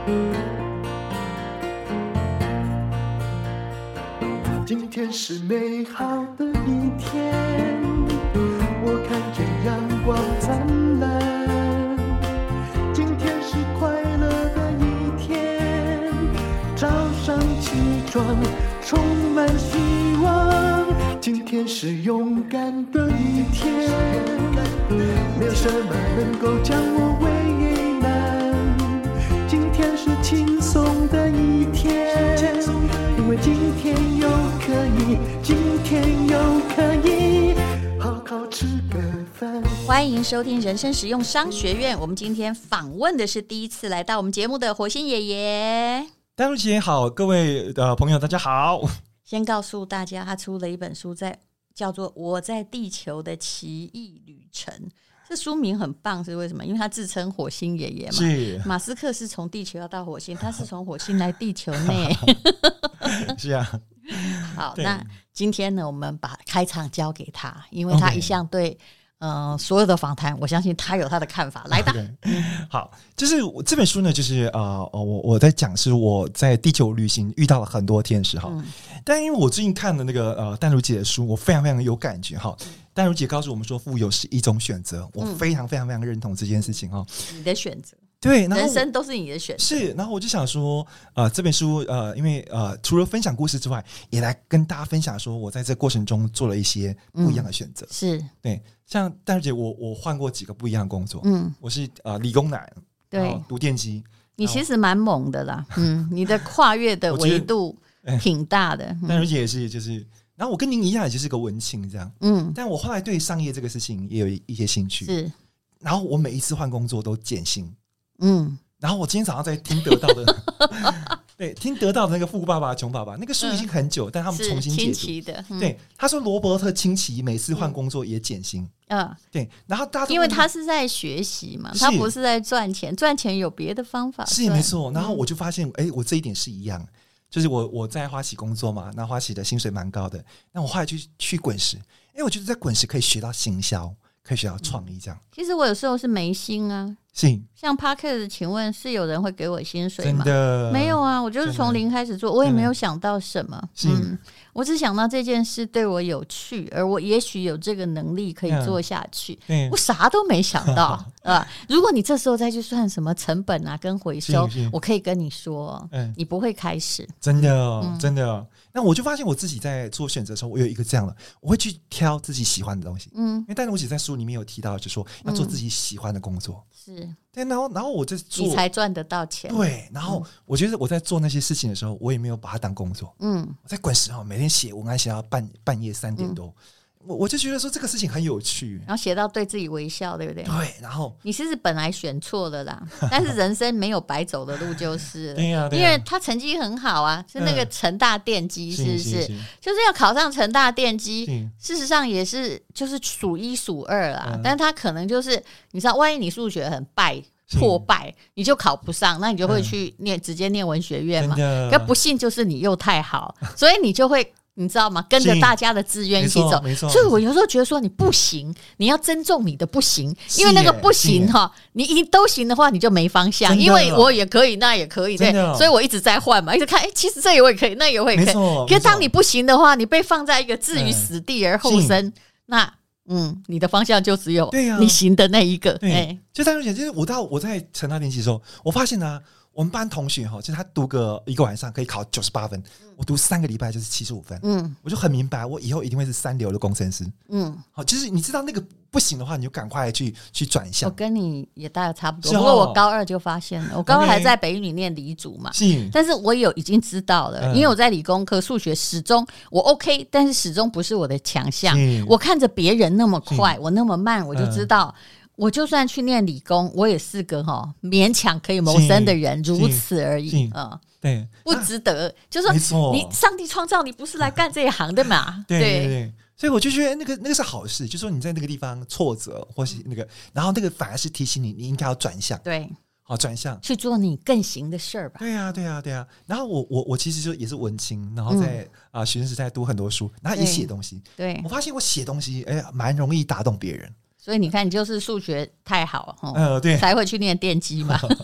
今天是美好的一天，我看见阳光灿烂。今天是快乐的一天，早上起床充满希望。今天是勇敢的一天，没有什么能够将我为难。今天是轻松的一天，因为今天又可以，今天又可以好好吃个饭。 欢迎收听人生实用商学院，我们今天访问的是第一次来到我们节目的火星爷爷。 丹如姐好，各位朋友大家好。 先告诉大家，他出了一本书叫做《我在地球的奇异旅程》。这书名很棒，是为什么？因为他自称火星爷爷嘛。 是马斯克是从地球要到火星，他是从火星来地球内。 是啊。 好，那今天呢，我们把开场交给他，因为他一向对所有的访谈，我相信他有他的看法。来吧。 好，就是这本书呢，就是我在讲是我在地球旅行遇到了很多天使哈。但因为我最近看了那个淡如姐的书，我非常非常有感觉哈。淡如姐告诉我们说，富有是一种选择，我非常非常非常认同这件事情哈。 你的选择。 对， 人生都是你的选择。 是，然后我就想说，这本书因为除了分享故事之外，也来跟大家分享说，我在这过程中做了一些不一样的选择。 是， 对，像淡如姐，我换过几个不一样的工作。我是理工男， 对， 读电机。 你其实蛮猛的啦，你的跨越的维度挺大的。 淡如姐也是，就是。然后我跟您一样，也就是个文青这样，但我后来对商业这个事情也有一些兴趣， 是。 然后我每一次换工作都减薪，然后我今天早上在听得到的，对，听得到的那个《富爸爸穷爸爸》那个书已经很久，但他们重新解读清奇的， 对，他说罗伯特清崎每次换工作也减薪，对，然后大家因为他是在学习嘛，他不是在赚钱，赚钱有别的方法， 是没错。然后我就发现，我这一点是一样。就是我在花旗工作嘛，那花旗的薪水蛮高的。那我后来去滚石，因为我觉得在滚石可以学到行销，可以学到创意这样。 其实我有时候是没薪啊， 是像 Podcast 请问是有人会给我薪水吗？ 真的没有啊，我就是从零开始做，我也没有想到什么。我只想到这件事对我有趣，而我也许有这个能力可以做下去。我啥都没想到如果你这时候再去算什么成本啊跟回收，我可以跟你说，你不会开始。 真的真的。那我就发现我自己在做选择的时候，我有一个这样的，我会去挑自己喜欢的东西。因为但是我姐在书里面有提到，就说要做自己喜欢的工作。 是， 对，然后我在做， 你才赚得到钱。 对，然后我觉得我在做那些事情的时候，我也没有把它当工作。我在滚石每天写文案写到半夜3点多。我就觉得说这个事情很有趣， 然后写到对自己微笑，对不对？ 对，然后你是本来选错了啦，但是人生没有白走的路就是了。 对啊， 因为他成绩很好啊，是那个成大电机，是不是？就是要考上成大电机，事实上也是就是数1数2啦。但他可能就是你知道，万一你数学很破败，你就考不上，那你就会去直接念文学院嘛。可不幸就是你又太好，所以你就会。你知道吗？跟着大家的志愿一起走，所以我有时候觉得说你不行，你要尊重你的不行，因为那个不行你一都行的话，你就没方向。因为我也可以，那也可以，对，所以我一直在换嘛，一直看，其实这也会可以，那也会可以。可是当你不行的话，你被放在一个置于死地而后生，那你的方向就只有你行的那一个。 对，就但是就是我在成大电机的时候，我发现我们班同学就是他读一个晚上可以考98分，我读3个礼拜就是75分。我就很明白，我以后一定会是3流的工程师。好，就是你知道那个不行的话，你就赶快去转向。我跟你也大概差不多，不过我高2就发现了，我高2还在北一女念理组嘛，但是我已经知道了，因为我在理工科数学始终我 OK， 但是始终不是我的强项。我看着别人那么快，我那么慢，我就知道。我就算去念理工，我也是个勉强可以谋生的人，如此而已。 对， 不值得。就是说，你上帝创造你不是来干这一行的嘛？ 对。所以我就觉得那个是好事，就是说你在那个地方挫折，或是那个，然后那个反而是提醒你应该要转向。 对， 好，转向去做你更行的事儿吧。 对啊。然后我其实就也是文青，然后在学生时代读很多书，然后也写东西。 对， 我发现我写东西蛮容易打动别人。 所以你看，你就是数学太好， 对， 才会去念电机嘛。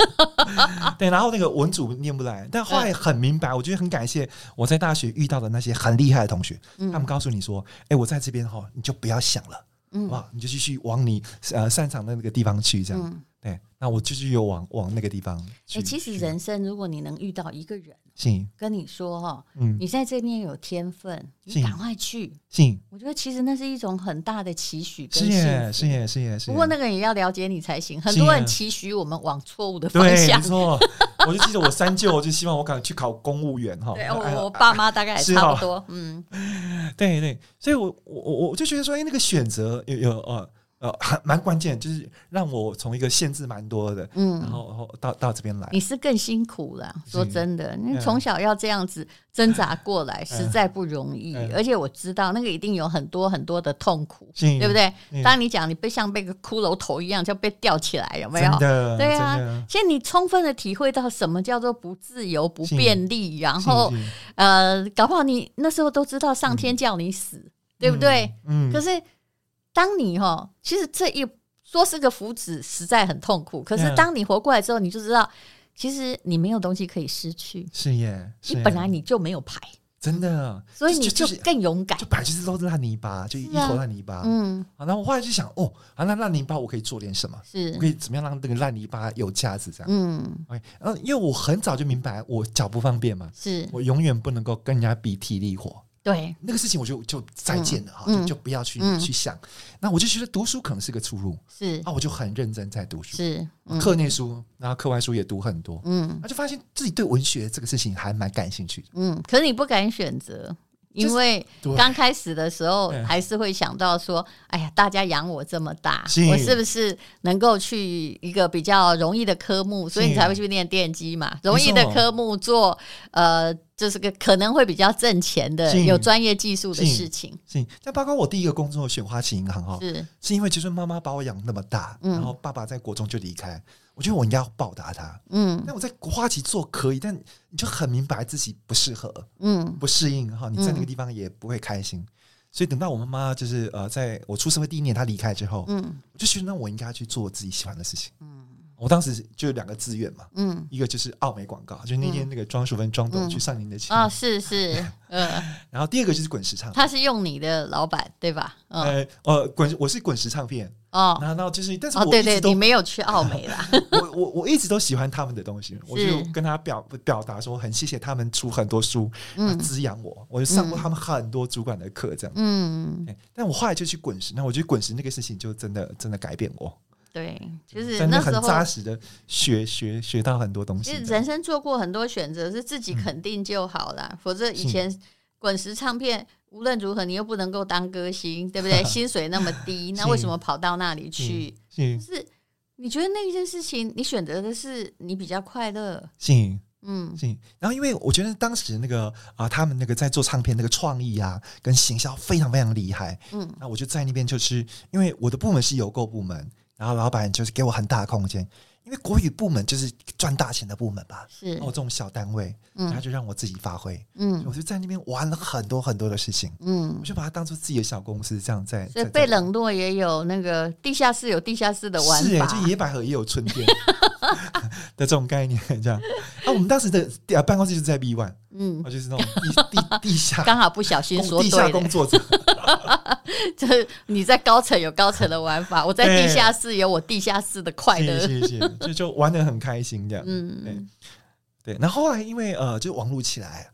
对，然后那个文组念不来，但后来很明白，我觉得很感谢我在大学遇到的那些很厉害的同学，他们告诉你说，我在这边你就不要想了，好不好？你就继续往你擅长的那个地方去，这样。对，那我就是有往那个地方去。 其实人生如果你能遇到一个人，跟你说你在这边有天分，你赶快去。我觉得其实那是一种很大的期许跟幸福。 是。 不过那个人也要了解你才行。很多人期许我们往错误的方向。 没错。我就记得我三舅就希望我赶快去考公务员哈。 对，我爸妈大概也差不多。 对，所以我就觉得说，那个选择有蛮关键，就是让我从一个限制蛮多的，然后到这边来。 你是更辛苦了，说真的，你从小要这样子挣扎过来，实在不容易。而且我知道那个一定有很多很多的痛苦，对不对？当你讲你像被个骷髅头一样就被吊起来，有没有？对啊，现在你充分的体会到什么叫做不自由、不便利，然后搞不好你那时候都知道上天叫你死，对不对？可是当你其实这一说是个福祉，实在很痛苦。可是当你活过来之后，你就知道，其实你没有东西可以失去。 是耶， 你本来你就没有牌， 真的， 所以你就更勇敢。 就本来就是都是烂泥巴，就一口烂泥巴。然后我后来就想，那烂泥巴我可以做点什么？我可以怎么样让这个烂泥巴有价值？这样。因为我很早就明白，我脚不方便嘛，我永远不能够跟人家比体力活。 对， 那个事情我就再见了，就不要去想。那我就觉得读书可能是个出路，我就很认真在读书，课内书，然后课外书也读很多，那就发现自己对文学这个事情还蛮感兴趣的。 可是你不敢选择。因为刚开始的时候还是会想到说，哎呀，大家养我这么大，我是不是能够去一个比较容易的科目，所以你才会去念电机嘛。容易的科目做就是个可能会比较挣钱的有专业技术的事情。 但包括我第一个工作选花旗银行是因为就是妈妈把我养那么大，然后爸爸在国中就离开，我觉得我应该要报答他。但我在花旗做可以，但你就很明白自己不适合，不适应你在那个地方也不会开心。所以等到我妈妈就是在我出社会第1年她离开之后，我就觉得那我应该去做自己喜欢的事情。我当时就有2个志愿嘛，一个就是奥美广告，就是那天那个庄淑芬庄董去上您的节目是， 然后第2个就是滚石唱片， 他是用你的老板对吧？ 我是滚石唱片然后就是，但是我对对，你没有去奥美啦。 我一直都喜欢他们的东西，我就跟他表达说，很谢谢他们出很多书滋养我，我就上过他们很多主管的课这样。但我后来就去滚石，那我觉得滚石那个事情就真的改变我。 对，就是真的很扎实的学到很多东西。 其实人生做过很多选择，是自己肯定就好了，否则以前滚石唱片无论如何你又不能够当歌星，对不对？薪水那么低，那为什么跑到那里去？就是你觉得那一件事情，你选择的是你比较快乐。 然后因为我觉得当时那个他们那个在做唱片那个创意跟行销非常非常厉害。那我就在那边，就是因为我的部门是邮购部门。然后老板就是给我很大的空间，因为国语部门就是赚大钱的部门吧，然后这种小单位，他就让我自己发挥，我就在那边玩了很多很多的事情，我就把它当做自己的小公司这样在。 所以被冷落也有那个地下室有地下室的玩法， 就野百合也有春天的这种概念这样。我们当时的办公室就是在 B1，就是那种地下， 刚好不小心说对了， 地下工作者。 就是你在高层有高层的玩法，我在地下室有我地下室的快乐， 就玩得很开心这样。对。然后后来因为就网络起来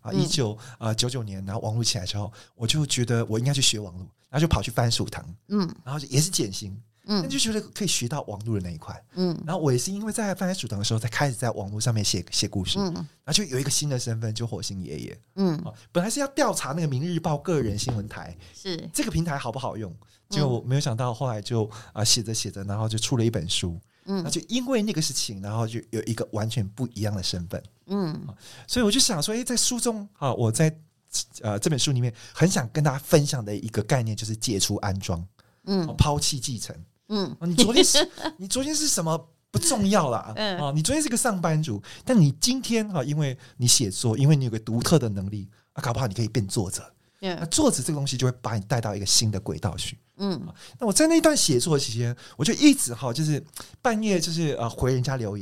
1999年，然后网络起来之后，我就觉得我应该去学网络，然后就跑去番薯堂，然后也是减薪。但就觉得可以学到网络的那一块，然后我也是因为在番薯堂的时候才开始在网络上面写故事，然后就有一个新的身份，就火星爷爷，本来是要调查那个《明日报》个人新闻台是这个平台好不好用，就没有想到后来就写着，然后就出了一本书，那就因为那个事情，然后就有一个完全不一样的身份，所以我就想说，在书中我在这本书里面很想跟大家分享的一个概念就是解除安装，抛弃继承。你昨天是什么不重要啦，你昨天是个上班族，但你今天因为你写作，因为你有个独特的能力搞不好你可以变作者，那作者这个东西就会把你带到一个新的轨道去。那我在那一段写作期间，我就一直就是半夜就是回人家留言，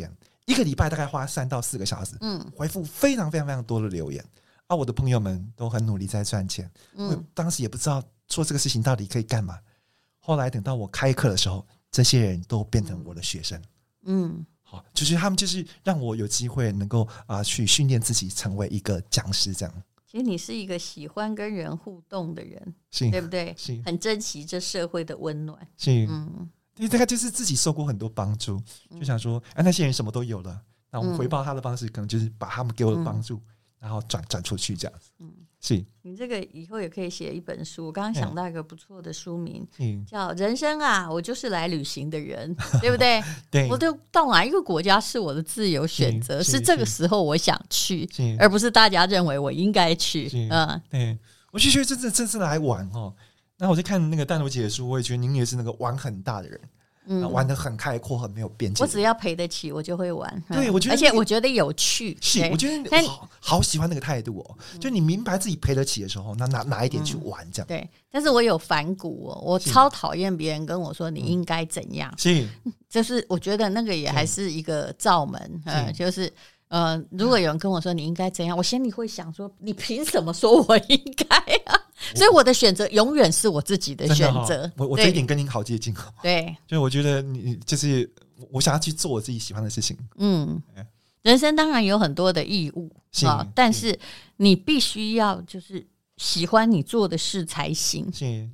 1个礼拜大概花3到4个小时，回复非常非常非常多的留言啊！我的朋友们都很努力在赚钱，我当时也不知道做这个事情到底可以干嘛。后来等到我开课的时候，这些人都变成我的学生，好，就是他们就是让我有机会能够去训练自己成为一个讲师这样。 其实你是一个喜欢跟人互动的人，对不对？很珍惜这社会的温暖，因为大概就是自己受过很多帮助，就想说，那些人什么都有了，那我们回报他的方式，可能就是把他们给我的帮助，然后转出去这样子。是你这个以后也可以写一本书。我刚刚想到一个不错的书名，叫《人生啊，我就是来旅行的人》，对不对？ 对， 我就到哪一个国家是我的自由选择，是这个时候我想去，而不是大家认为我应该去。 对，我就觉得真是来玩哦。然后我在看那个淡如姐的书，我也觉得您也是那个玩很大的人。玩得很开阔，很没有边界。 我只要赔得起，我就会玩。 对，我觉得， 而且我觉得有趣。 是，我觉得好喜欢那个态度哦。就你明白自己赔得起的时候，那拿一点去玩，这样。 对，但是我有反骨哦，我超讨厌别人跟我说你应该怎样。 是， 就是我觉得那个也还是一个罩门，就是如果有人跟我说你应该怎样，我心里会想说你凭什么说我应该啊？所以我的选择永远是我自己的选择。 我这一点跟您好接近。 对， 就我觉得你就是我想要去做我自己喜欢的事情。 人生当然有很多的义务但是你必须要就是喜欢你做的事才行。是。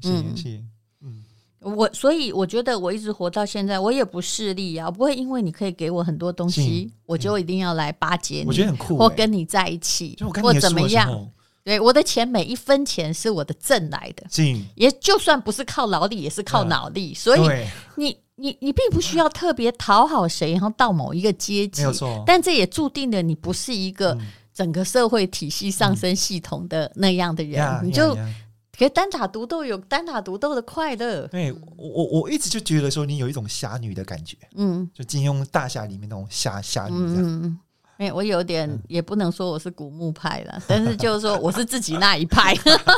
所以我觉得我一直活到现在，我也不势利啊，我不会因为你可以给我很多东西，我就一定要来巴结你， 我觉得很酷， 或跟你在一起，或怎么样。对，我的钱每一分钱是我的挣来的，也就算不是靠劳力，也是靠脑力，所以你并不需要特别讨好谁，然后到某一个阶级， 没有错。 但这也注定了你不是一个整个社会体系上升系统的那样的人，你就可以单打独斗，有单打独斗的快乐。 对，我一直就觉得说你有一种侠女的感觉，就金庸大侠里面那种侠女这样。 我有点也不能说我是古墓派了，但是就是说我是自己那一派。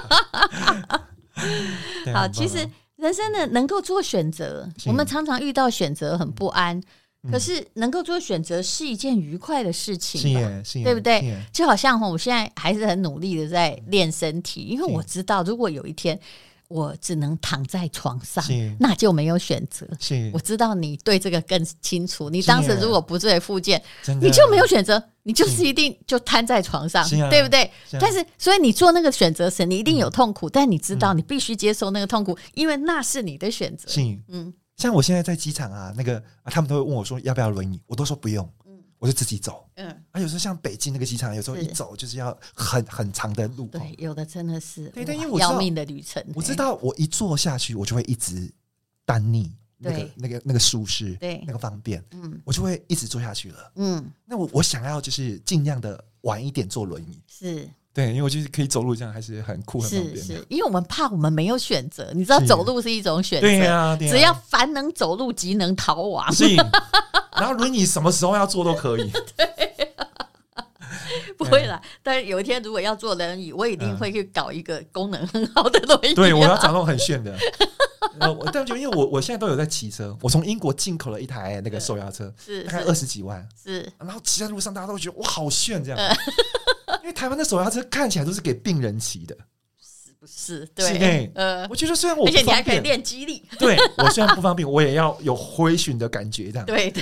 好，其实人生呢能够做选择，我们常常遇到选择很不安，可是能够做选择是一件愉快的事情吧，对不对？就好像我现在还是很努力的在练身体，因为我知道如果有一天我只能躺在床上，那就没有选择。我知道你对这个更清楚，你当时如果不做复健，你就没有选择，你就是一定就瘫在床上，对不对？但是所以你做那个选择时，你一定有痛苦，但你知道你必须接受那个痛苦，因为那是你的选择。 像我现在在机场他们都会问我说要不要轮椅，我都说不用，我就自己走。有时候像北京那个机场，有时候一走就是要很长的路。 对，有的真的是要命的旅程。 我知道我一坐下去，我就会一直单逆那个舒适，那个方便，我就会一直坐下去了。那我想要就是尽量的晚一点坐轮椅。是。对，因为我就是可以走路，这样还是很酷很方便。 是，因为我们怕我们没有选择，你知道走路是一种选择， 对啊， 只要凡能走路，即能逃亡。 是，然后轮椅什么时候要坐都可以。 对，不会啦。但是有一天如果要坐轮椅，我一定会去搞一个功能很好的轮椅。 对，我要找那种很炫的。但就因为我现在都有在骑车，我从英国进口了一台那个手摇车，大概20几万，然后骑在路上，大家都觉得哇好炫这样。因为台湾的手摇车看起来都是给病人骑的， 是不是？对， 我觉得虽然我不方便， 而且你还可以练肌力， 对我虽然不方便，我也要有挥巡的感觉，这样。 对。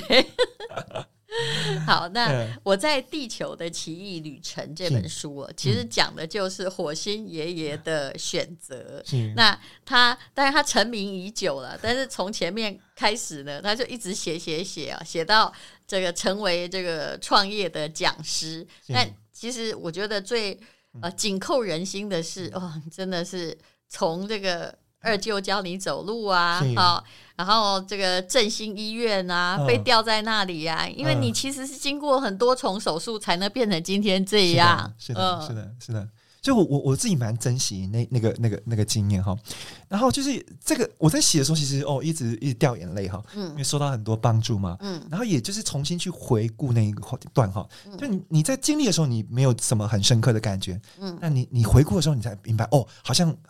好，那我在《地球的奇异旅程》这本书其实讲的就是火星爷爷的选择。那当然他成名已久了，但是从前面开始呢，他就一直写到这个成为这个创业的讲师。那其实我觉得最紧扣人心的是，真的是从这个二舅教你走路啊，然后这个振兴医院啊，被吊在那里啊，因为你其实是经过很多重手术才能变成今天这样。 是的。就我自己蛮珍惜那个经验哈。然后就是这个我在写的时候，其实一直掉眼泪哈，因为受到很多帮助嘛。然后也就是重新去回顾那一段哈，就你在经历的时候，你没有什么很深刻的感觉，但你回顾的时候，你才明白好像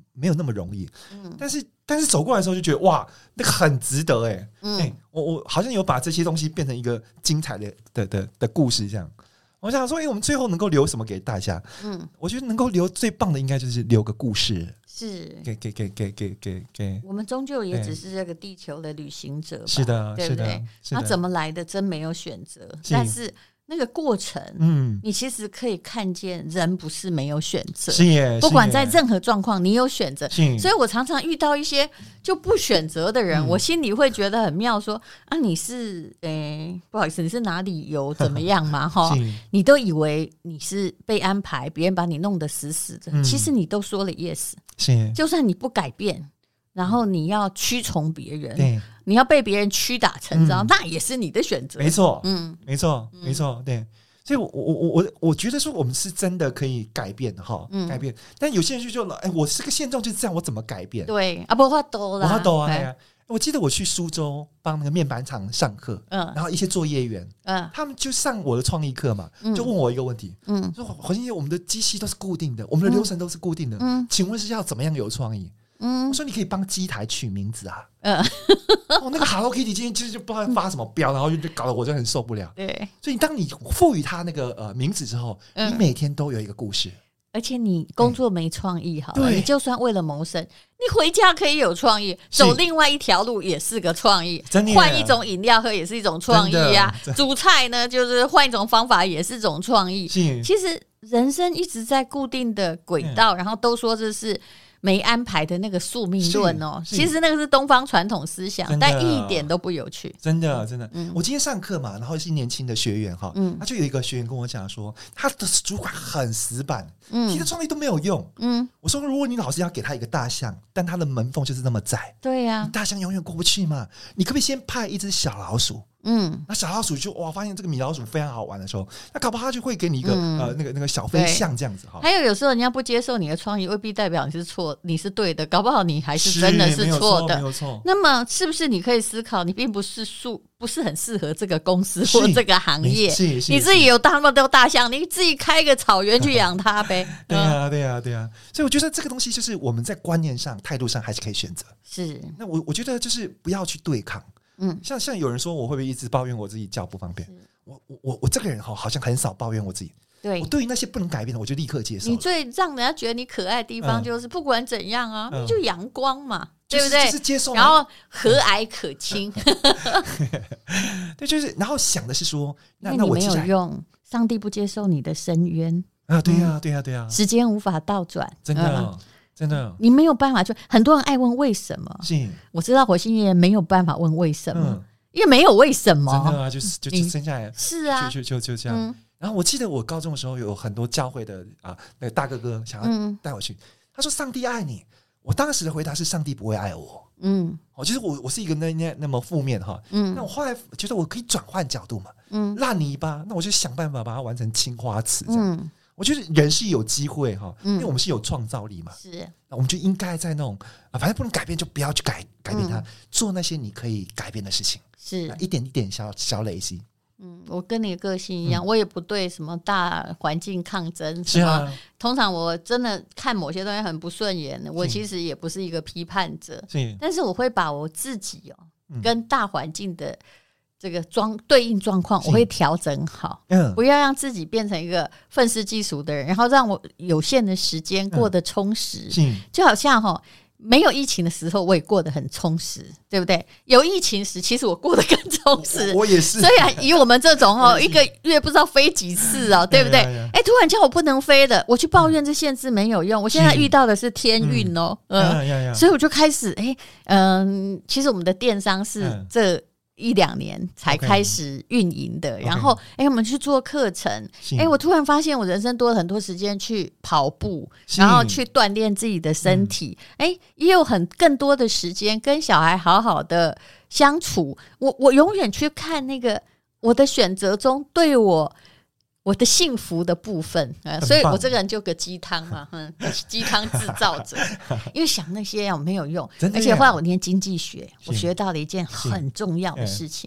没有那么容易。但是走过来的时候就觉得哇，那个很值得我好像有把这些东西变成一个精彩的故事这样。我想说，我们最后能够留什么给大家？我觉得能够留最棒的应该就是留个故事，是给我们终究也只是这个地球的旅行者吧， 是的， 对不对？那怎么来的真没有选择，但是那个过程，你其实可以看见人不是没有选择，不管在任何状况，你有选择。所以我常常遇到一些就不选择的人，我心里会觉得很妙，说啊，你是不好意思，你是哪里有怎么样嘛？哈，你都以为你是被安排，别人把你弄得死死的，其实你都说了 yes， 就算你不改变。然后你要屈从别人，你要被别人屈打成招，那也是你的选择。 没错，没错，对。所以我觉得说我们是真的可以改变的哈，改变。但有些人就说我这个现状就是这样，我怎么改变？ 对啊，不法度啦， 不法度啊。我记得我去苏州帮那个面板厂上课，然后一些作业员，他们就上我的创意课嘛，就问我一个问题，说黄先生，我们的机器都是固定的，我们的流程都是固定的，请问是要怎么样有创意？我说你可以帮机台取名字啊，那个 Hello Kitty 今天其实就不知道发什么飙，然后就搞得我就很受不了。对，所以当你赋予它那个名字之后，你每天都有一个故事， 而且你工作没创意好了，你就算为了谋生，你回家可以有创意，走另外一条路也是个创意，换一种饮料喝也是一种创意啊，煮菜呢就是换一种方法也是一种创意。其实人生一直在固定的轨道，然后都说这是没安排的那个宿命论其实那个是东方传统思想，但一点都不有趣。 真的。我今天上课嘛，然后是年轻的学员他就有一个学员跟我讲说，他的主管很死板，提的创意都没有用。我说如果你老师要给他一个大象，但他的门缝就是那么窄，对呀，大象永远过不去嘛。你可不可以先派一只小老鼠？那小老鼠就发现这个米老鼠非常好玩的时候，那搞不好他就会给你一个那个小飞象这样子还有时候人家不接受你的创意，未必代表你是错，你是对的，搞不好你还是真的是错的。没有错。那么是不是你可以思考，你并不是很适合这个公司或这个行业？你自己有那么多大象，你自己开一个草原去养它呗。 对啊。所以我觉得这个东西就是我们在观念上、态度上还是可以选择。是。那我觉得就是不要去对抗。像有人说我会不会一直抱怨我自己脚不方便？我这个人好像很少抱怨我自己。我对于那些不能改变的，我就立刻接受。 你最让人家觉得你可爱的地方，就是不管怎样啊，你就阳光嘛，对不对？ 就是接受， 然后和蔼可亲。 对，就是然后想的是说，那我没有用，上帝不接受你的深渊啊！对呀， 时间无法倒转， 真的， 你没有办法。就很多人爱问为什么，我知道火星人没有办法问为什么，因为没有为什么。 真的啊，就生下来是啊， 就这样。然后我记得我高中的时候有很多教会的那个大哥哥想要带我去，他说上帝爱你，我当时的回答是上帝不会爱我。其实我是一个那么负面那我后来觉得我可以转换角度嘛，烂泥巴，那我就想办法把它玩成青花瓷这样。我觉得人是有机会因为我们是有创造力嘛，是，我们就应该在那种反正不能改变就不要去改变它，做那些你可以改变的事情，是一点一点小累积。 我跟你的个性一样，我也不对什么大环境抗争什么。通常我真的看某些东西很不顺眼，我其实也不是一个批判者，但是我会把我自己跟大环境的这个对应状况，我会调整好，不要让自己变成一个愤世嫉俗的人，然后让我有限的时间过得充实。就好像没有疫情的时候，我也过得很充实，对不对？有疫情时，其实我过得更充实。 我也是。 虽然以我们这种一个月不知道飞几次对不对？突然叫我不能飞了，我去抱怨这限制没有用。我现在遇到的是天运所以我就开始其实我们的电商是这1-2年才开始运营的，然后我们去做课程，我突然发现我人生多了很多时间去跑步，然后去锻炼自己的身体，也有更多的时间跟小孩好好的相处。我永远去看那个我的选择中对我的幸福的部分，所以我这个人就个鸡汤嘛，鸡汤制造者。因为想那些没有用，而且后来我念经济学，我学到了一件很重要的事情。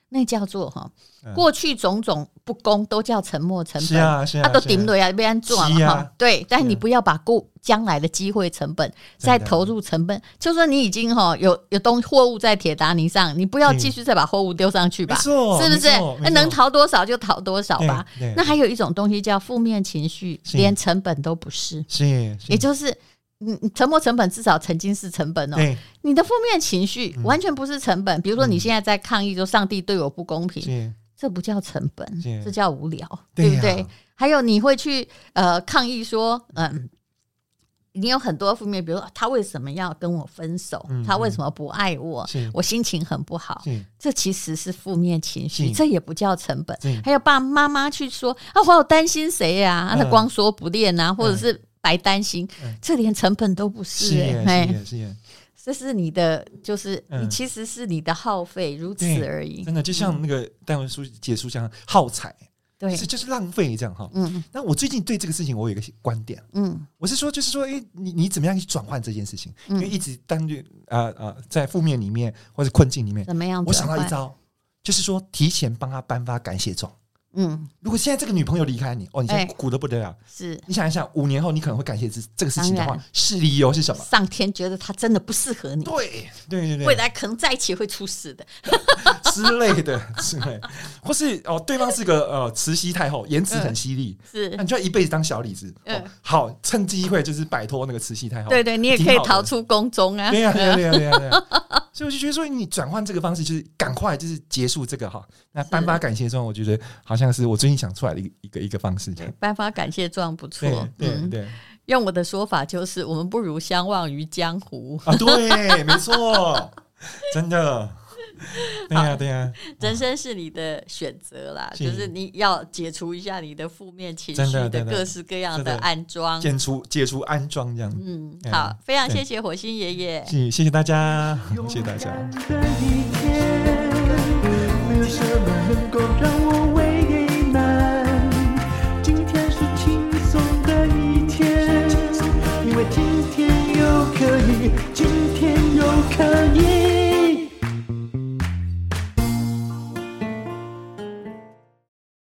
那叫做过去种种不公都叫沉没成本， 是啊是啊， 都顶了呀，被安做嘛，对，但你不要把将来的机会成本再投入成本，就说你已经有货物在铁达尼上，你不要继续再把货物丢上去吧，是不是？能逃多少就逃多少吧。那还有一种东西叫负面情绪，连成本都不是，也就是沉没成本至少曾经是成本哦。你的负面情绪完全不是成本，比如说你现在在抗议说上帝对我不公平，这不叫成本，这叫无聊，对不对？还有你会去抗议说你有很多负面，比如说他为什么要跟我分手，他为什么不爱我，我心情很不好，这其实是负面情绪，这也不叫成本。还有爸妈妈去说我好担心谁啊，他光说不练啊，或者是白担心，这连成本都不是。这是你的，就是你其实是你的耗费，如此而已。真的就像那个戴文解书讲耗材， 对， 就是浪费这样哈。那我最近对这个事情我有一个观点，我是说就是说，你怎么样去转换这件事情？因为一直在负面里面或者困境里面， 怎么样？ 我想到一招，就是说提前帮他颁发感谢状。如果现在这个女朋友离开你，你现在苦得不得了， 是你想一想，5年后你可能会感谢这个事情的话，是理由是什么？ 上天觉得他真的不适合你， 对， 未来可能在一起会出事的之类的，或是对方是个慈禧太后，言辞很犀利，那你就要一辈子当小李子，好趁机会就是摆脱那个慈禧太后， 对，你也可以逃出宫中啊， 对呀，所以我就觉得说，你转换这个方式，就是赶快就是结束这个那颁发感谢状，我觉得好像是我最近想出来的一个方式。 颁发感谢状不错， 对。 用我的说法就是，我们不如相忘于江湖啊！对，没错，真的。对呀， 人生是你的选择啦，就是你要解除一下你的负面情绪的各式各样的安装， 解除安装这样。 好，非常谢谢火星爷爷， 谢谢大家，谢谢大家。没有什么能够让